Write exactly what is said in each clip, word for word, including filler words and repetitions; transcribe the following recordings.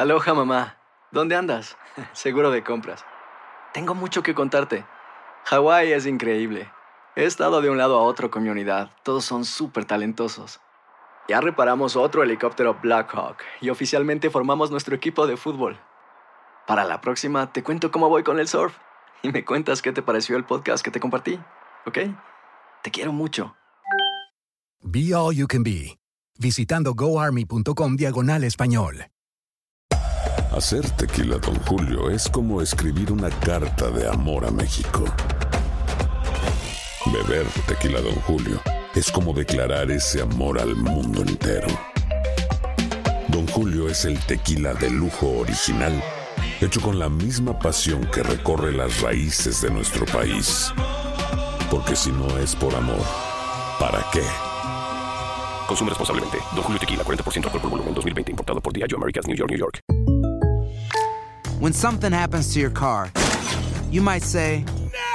Aloha, mamá. ¿Dónde andas? Seguro de compras. Tengo mucho que contarte. Hawái es increíble. He estado de un lado a otro con mi unidad. Todos son súper talentosos. Ya reparamos otro helicóptero Blackhawk y oficialmente formamos nuestro equipo de fútbol. Para la próxima te cuento cómo voy con el surf y me cuentas qué te pareció el podcast que te compartí, ¿ok? Te quiero mucho. Be All You Can Be, visitando goarmy.com diagonal español. Hacer tequila Don Julio es como escribir una carta de amor a México. Beber tequila Don Julio es como declarar ese amor al mundo entero. Don Julio es el tequila de lujo original, hecho con la misma pasión que recorre las raíces de nuestro país. Porque si no es por amor, ¿para qué? Consume responsablemente. Don Julio Tequila, cuarenta por ciento alcohol por volumen, dos mil veinte. Importado por Diageo Americas, New York, New York. When something happens to your car, you might say,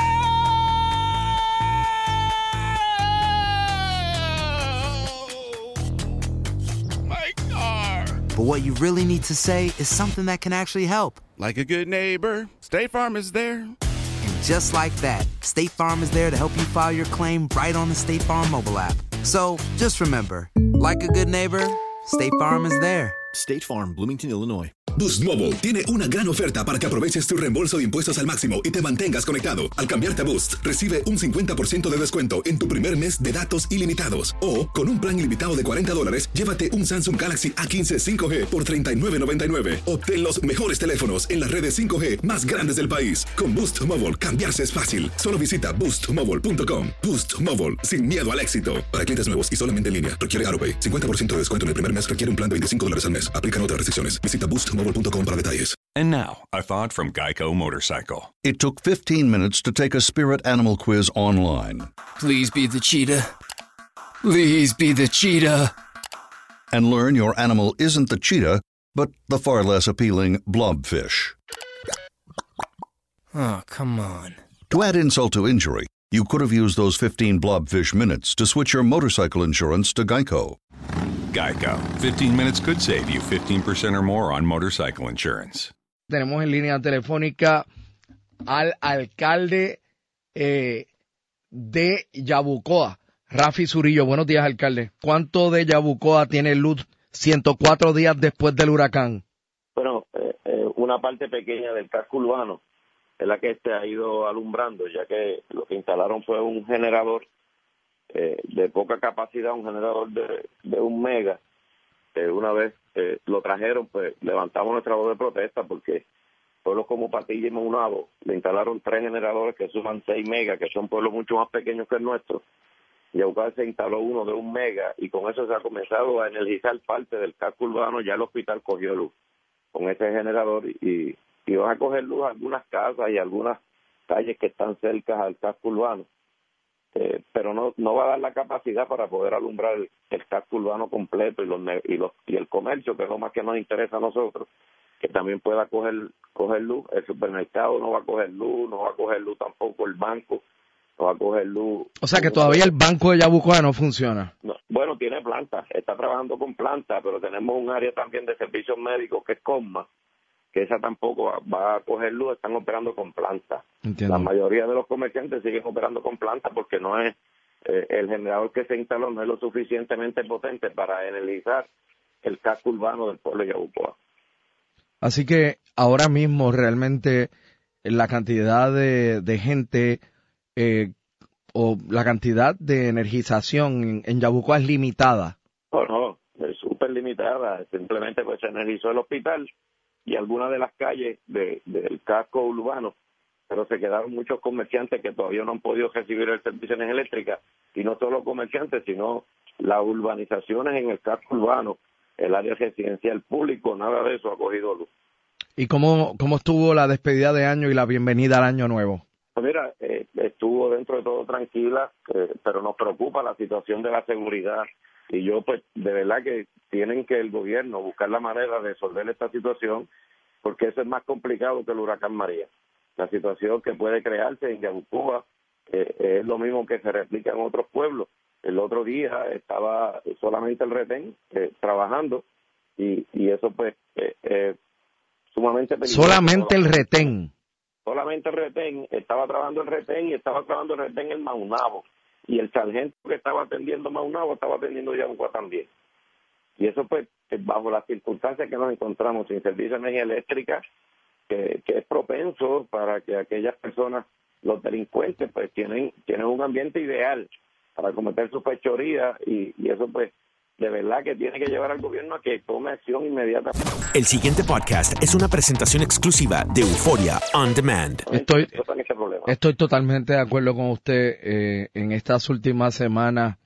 My car! but what you really need to say is something that can actually help. Like a good neighbor, State Farm is there. And just like that, State Farm is there to help you file your claim right on the State Farm mobile app. So just remember, like a good neighbor, State Farm is there. State Farm, Bloomington, Illinois. Boost Mobile tiene una gran oferta para que aproveches tu reembolso de impuestos al máximo y te mantengas conectado. Al cambiarte a Boost, recibe un cincuenta por ciento de descuento en tu primer mes de datos ilimitados. O, con un plan ilimitado de cuarenta dólares, llévate un Samsung Galaxy A quince cinco G por treinta y nueve noventa y nueve. Obtén los mejores teléfonos en las redes cinco G más grandes del país. Con Boost Mobile, cambiarse es fácil. Solo visita boost mobile punto com. Boost Mobile, sin miedo al éxito. Para clientes nuevos y solamente en línea, requiere AutoPay. cincuenta por ciento de descuento en el primer mes requiere un plan de veinticinco dólares al mes. Aplican otras restricciones. Visita boost mobile punto com para detalles. And now, a thought from Geico Motorcycle. It took fifteen minutes to take a spirit animal quiz online. Please be the cheetah. Please be the cheetah. And learn your animal isn't the cheetah, but the far less appealing blobfish. Oh, come on. To add insult to injury, you could have used those fifteen blobfish minutes to switch your motorcycle insurance to Geico. Geico. fifteen minutes could save you fifteen percent or more on motorcycle insurance. Tenemos en línea telefónica al alcalde eh, de Yabucoa, Rafi Zurillo. Buenos días, alcalde. ¿Cuánto de Yabucoa tiene luz ciento cuatro días después del huracán? Bueno, eh, eh, una parte pequeña del casco urbano es la que este ha ido alumbrando, ya que lo que instalaron fue un generador eh, de poca capacidad, un generador de, de un mega. Eh, una vez eh, lo trajeron, pues levantamos nuestra voz de protesta porque pueblos como Patilla y Maunabo le instalaron tres generadores que suman seis megas, que son pueblos mucho más pequeños que el nuestro. Y Yabucoa se instaló uno de un mega y con eso se ha comenzado a energizar parte del casco urbano. Ya el hospital cogió luz con ese generador y, y van a coger luz a algunas casas y algunas calles que están cerca al casco urbano. Eh, pero no no va a dar la capacidad para poder alumbrar el, el casco urbano completo y los y los y el comercio, que es lo más que nos interesa a nosotros, que también pueda coger coger luz. El supermercado no va a coger luz, no va a coger luz tampoco el banco, no va a coger luz. O sea que todavía el banco de Yabucoa no funciona. No, bueno, tiene planta, está trabajando con planta, pero tenemos un área también de servicios médicos que es Cosma, que esa tampoco va, va a coger luz, están operando con planta. Entiendo. La mayoría de los comerciantes siguen operando con planta porque no es eh, el generador que se instaló no es lo suficientemente potente para energizar el casco urbano del pueblo de Yabucoa. Así que ahora mismo realmente la cantidad de, de gente eh, o la cantidad de energización en, en Yabucoa es limitada. No, no, es súper limitada. Simplemente pues se energizó el hospital y algunas de las calles de, del casco urbano, pero se quedaron muchos comerciantes que todavía no han podido recibir el servicio de energía eléctrica, y no solo comerciantes, sino las urbanizaciones en el casco urbano, el área residencial público, nada de eso ha cogido luz. ¿Y cómo, cómo estuvo la despedida de año y la bienvenida al año nuevo? Pues mira, eh, estuvo dentro de todo tranquila, eh, pero nos preocupa la situación de la seguridad. Y yo, pues, de verdad que tienen que el gobierno buscar la manera de resolver esta situación, porque eso es más complicado que el huracán María. La situación que puede crearse en Yabucoa eh, es lo mismo que se replica en otros pueblos. El otro día estaba solamente el retén eh, trabajando y, y eso, pues, eh, eh, sumamente peligroso. Solamente el retén. Solamente el retén, estaba trabajando el retén y estaba trabajando el retén en Maunabo. Y el sargento que estaba atendiendo Maunabo estaba atendiendo Yabucoa también. Y eso pues bajo las circunstancias que nos encontramos sin servicio de energía eléctrica, que, que es propenso para que aquellas personas, los delincuentes, pues tienen, tienen un ambiente ideal para cometer sus fechorías y, y eso pues de verdad que tiene que llevar al gobierno a que tome acción inmediata. El siguiente podcast es una presentación exclusiva de Euphoria On Demand. Estoy, estoy totalmente de acuerdo con usted. Eh, en estas últimas semanas,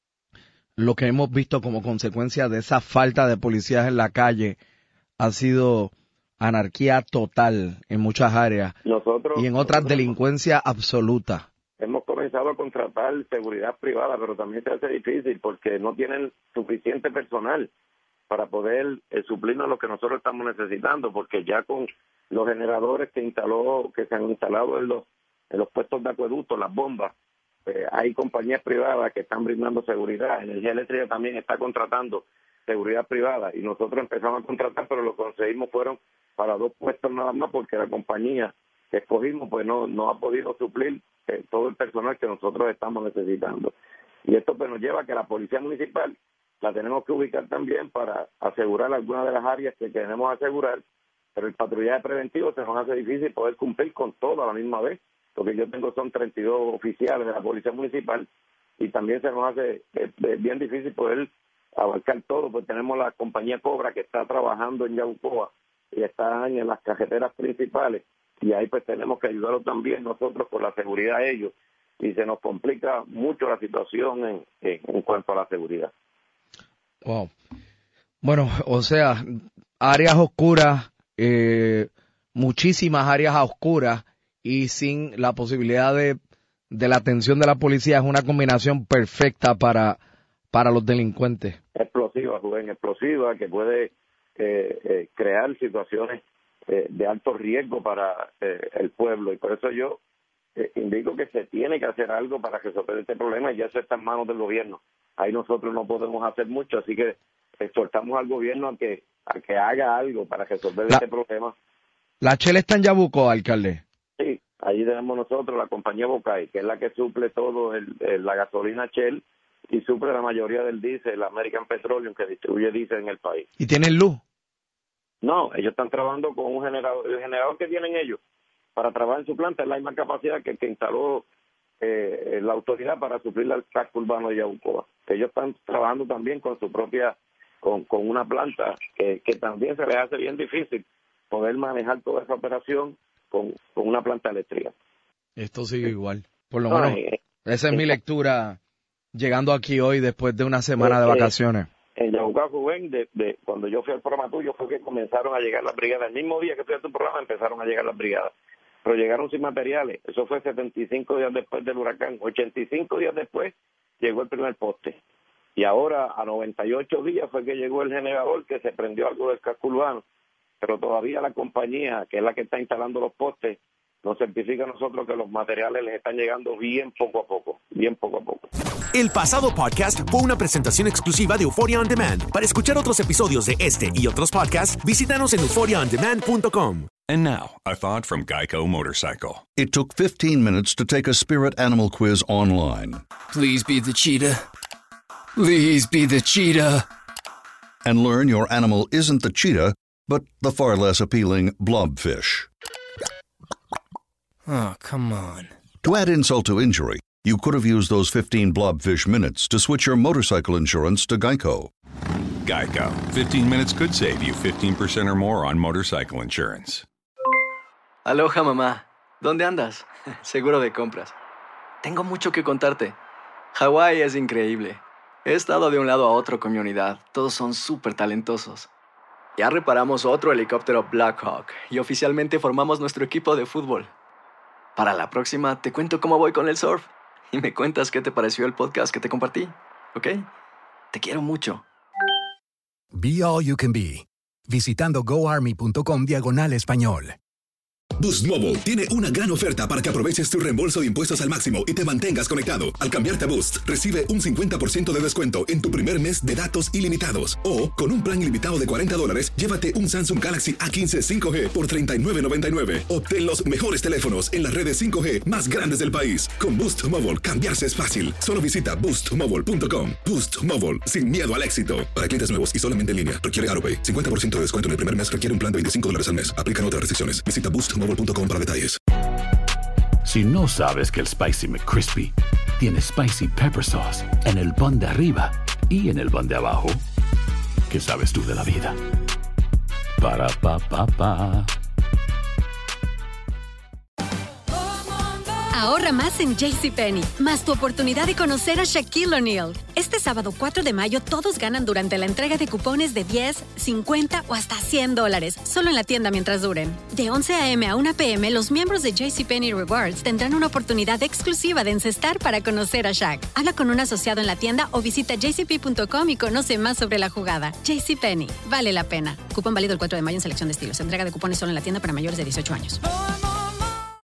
lo que hemos visto como consecuencia de esa falta de policías en la calle ha sido anarquía total en muchas áreas nosotros, y en otras nosotros, delincuencia absoluta. Hemos comenzado a contratar seguridad privada, pero también se hace difícil porque no tienen suficiente personal para poder eh, suplirnos lo que nosotros estamos necesitando, porque ya con los generadores que instaló, que se han instalado en los en los puestos de acueducto, las bombas, eh, hay compañías privadas que están brindando seguridad. Energía Eléctrica también está contratando seguridad privada y nosotros empezamos a contratar, pero lo que conseguimos fueron para dos puestos nada más, porque la compañía que escogimos pues no no ha podido suplir eh, todo el personal que nosotros estamos necesitando. Y esto pues nos lleva a que la policía municipal la tenemos que ubicar también para asegurar algunas de las áreas que queremos asegurar, pero el patrullaje preventivo se nos hace difícil poder cumplir con todo a la misma vez. Lo que yo tengo son treinta y dos oficiales de la policía municipal y también se nos hace eh, bien difícil poder abarcar todo, pues tenemos la compañía Cobra que está trabajando en Yabucoa y está en las cajeteras principales y ahí pues tenemos que ayudarlos también nosotros con la seguridad de ellos y se nos complica mucho la situación en, en, en cuanto a la seguridad. Wow. Bueno, o sea, áreas oscuras, eh, muchísimas áreas oscuras y sin la posibilidad de, de la atención de la policía es una combinación perfecta para, para los delincuentes. Explosiva, Rubén, explosiva, que puede eh, eh, crear situaciones eh, de alto riesgo para eh, el pueblo y por eso yo eh, indico que se tiene que hacer algo para resolver este problema y ya eso está en manos del gobierno. Ahí nosotros no podemos hacer mucho, así que exhortamos al gobierno a que a que haga algo para resolver la, este problema. ¿La Shell está en Yabucoa, alcalde? Sí, allí tenemos nosotros la compañía Bocay, que es la que suple todo el, el, la gasolina Shell y suple la mayoría del diésel, la American Petroleum, que distribuye diésel en el país. ¿Y tienen luz? No, ellos están trabajando con un generador. El generador que tienen ellos para trabajar en su planta es la misma capacidad que, que instaló eh, la autoridad para suplir al casco urbano de Yabucoa. Ellos están trabajando también con su propia, con, con una planta que, que también se les hace bien difícil poder manejar toda esa operación con, con una planta eléctrica. Esto sigue igual. Por lo menos, eh, esa es eh, mi lectura llegando aquí hoy después de una semana eh, de vacaciones. En Yabucoa, Rubén, de, de, cuando yo fui al programa tuyo fue que comenzaron a llegar las brigadas. El mismo día que fui a tu programa empezaron a llegar las brigadas. Pero llegaron sin materiales. Eso fue setenta y cinco días después del huracán. ochenta y cinco días después llegó el primer poste. Y ahora, a noventa y ocho días, fue que llegó el generador que se prendió algo del casco urbano. Pero todavía la compañía, que es la que está instalando los postes, nos certifica a nosotros que los materiales les están llegando bien poco a poco, bien poco a poco. El pasado podcast fue una presentación exclusiva de Euphoria On Demand. Para escuchar otros episodios de este y otros podcasts, visítanos en euphoria on demand punto com. And now, a thought from Geico Motorcycle. It took fifteen minutes to take a spirit animal quiz online. Please be the cheetah. Please be the cheetah. And learn your animal isn't the cheetah, but the far less appealing blobfish. Oh, come on. To add insult to injury, you could have used those fifteen blobfish minutes to switch your motorcycle insurance to Geico. Geico. fifteen minutes could save you fifteen percent or more on motorcycle insurance. Aloha, mamá. ¿Dónde andas? Seguro de compras. Tengo mucho que contarte. Hawái es increíble. He estado de un lado a otro con mi unidad. Todos son súper talentosos. Ya reparamos otro helicóptero Blackhawk y oficialmente formamos nuestro equipo de fútbol. Para la próxima te cuento cómo voy con el surf y me cuentas qué te pareció el podcast que te compartí, ¿ok? Te quiero mucho. Be All You Can Be, visitando goarmy punto com diagonal español. Boost Mobile tiene una gran oferta para que aproveches tu reembolso de impuestos al máximo y te mantengas conectado. Al cambiarte a Boost, recibe un cincuenta por ciento de descuento en tu primer mes de datos ilimitados. O, con un plan ilimitado de cuarenta dólares, llévate un Samsung Galaxy A quince cinco G por treinta y nueve noventa y nueve. Obtén los mejores teléfonos en las redes cinco G más grandes del país. Con Boost Mobile, cambiarse es fácil. Solo visita boost mobile punto com. Boost Mobile, sin miedo al éxito. Para clientes nuevos y solamente en línea, requiere AutoPay. cincuenta por ciento de descuento en el primer mes requiere un plan de veinticinco dólares al mes. Aplican otras restricciones. Visita boost mobile punto com para detalles. Si no sabes que el Spicy McCrispy tiene Spicy Pepper Sauce en el pan de arriba y en el pan de abajo, ¿qué sabes tú de la vida? Para, pa, pa, pa. Ahorra más en JCPenney, más tu oportunidad de conocer a Shaquille O'Neal. Este sábado cuatro de mayo todos ganan durante la entrega de cupones de diez, cincuenta o hasta cien dólares, solo en la tienda mientras duren. De once a eme a una pe eme, los miembros de JCPenney Rewards tendrán una oportunidad exclusiva de encestar para conocer a Shaq. Habla con un asociado en la tienda o visita j c p punto com y conoce más sobre la jugada. JCPenney, vale la pena. Cupón válido el cuatro de mayo en selección de estilos. Entrega de cupones solo en la tienda para mayores de dieciocho años.